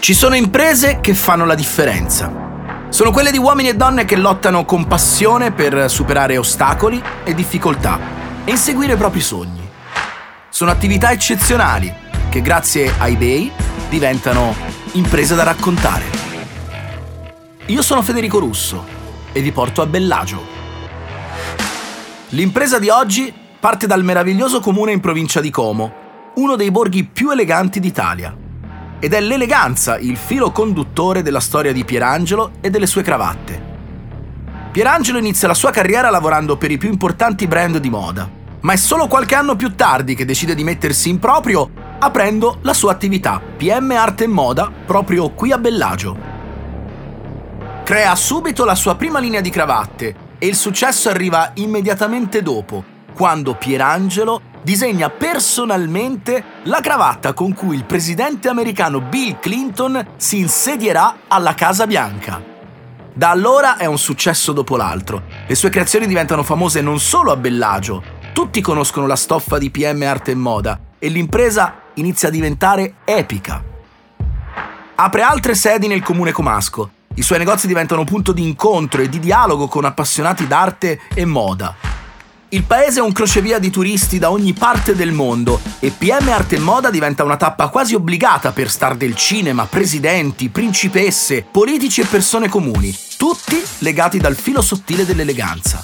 Ci sono imprese che fanno la differenza. Sono quelle di uomini e donne che lottano con passione per superare ostacoli e difficoltà e inseguire i propri sogni. Sono attività eccezionali che grazie a eBay diventano imprese da raccontare. Io sono Federico Russo e vi porto a Bellagio. L'impresa di oggi parte dal meraviglioso comune in provincia di Como, uno dei borghi più eleganti d'Italia. Ed è l'eleganza il filo conduttore della storia di Pierangelo e delle sue cravatte. Pierangelo inizia la sua carriera lavorando per i più importanti brand di moda, ma è solo qualche anno più tardi che decide di mettersi in proprio aprendo la sua attività PM Arte e Moda proprio qui a Bellagio. Crea subito la sua prima linea di cravatte e il successo arriva immediatamente dopo, quando Pierangelo disegna personalmente la cravatta con cui il presidente americano Bill Clinton si insedierà alla Casa Bianca. Da allora è un successo dopo l'altro. Le sue creazioni diventano famose non solo a Bellagio. Tutti conoscono la stoffa di PM Arte e Moda e l'impresa inizia a diventare epica. Apre altre sedi nel comune comasco. I suoi negozi diventano punto di incontro e di dialogo con appassionati d'arte e moda. Il paese è un crocevia di turisti da ogni parte del mondo e PM Arte e Moda diventa una tappa quasi obbligata per star del cinema, presidenti, principesse, politici e persone comuni, tutti legati dal filo sottile dell'eleganza.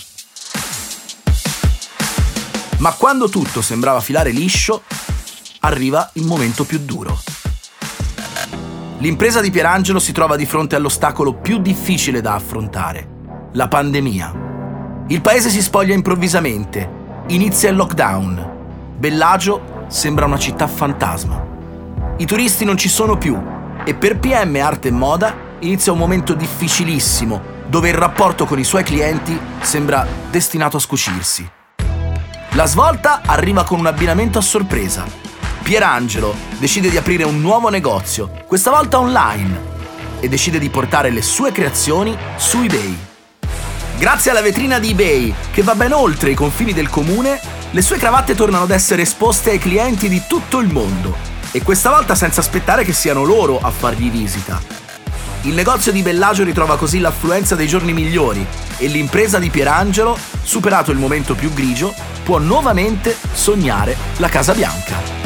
Ma quando tutto sembrava filare liscio, arriva il momento più duro. L'impresa di Pierangelo si trova di fronte all'ostacolo più difficile da affrontare: la pandemia. Il paese si spoglia improvvisamente, inizia il lockdown. Bellagio sembra una città fantasma. I turisti non ci sono più e per PM Arte e Moda inizia un momento difficilissimo dove il rapporto con i suoi clienti sembra destinato a scucirsi. La svolta arriva con un abbinamento a sorpresa. Pierangelo decide di aprire un nuovo negozio, questa volta online, e decide di portare le sue creazioni su eBay. Grazie alla vetrina di eBay, che va ben oltre i confini del comune, le sue cravatte tornano ad essere esposte ai clienti di tutto il mondo, e questa volta senza aspettare che siano loro a fargli visita. Il negozio di Bellagio ritrova così l'affluenza dei giorni migliori e l'impresa di Pierangelo, superato il momento più grigio, può nuovamente sognare la Casa Bianca.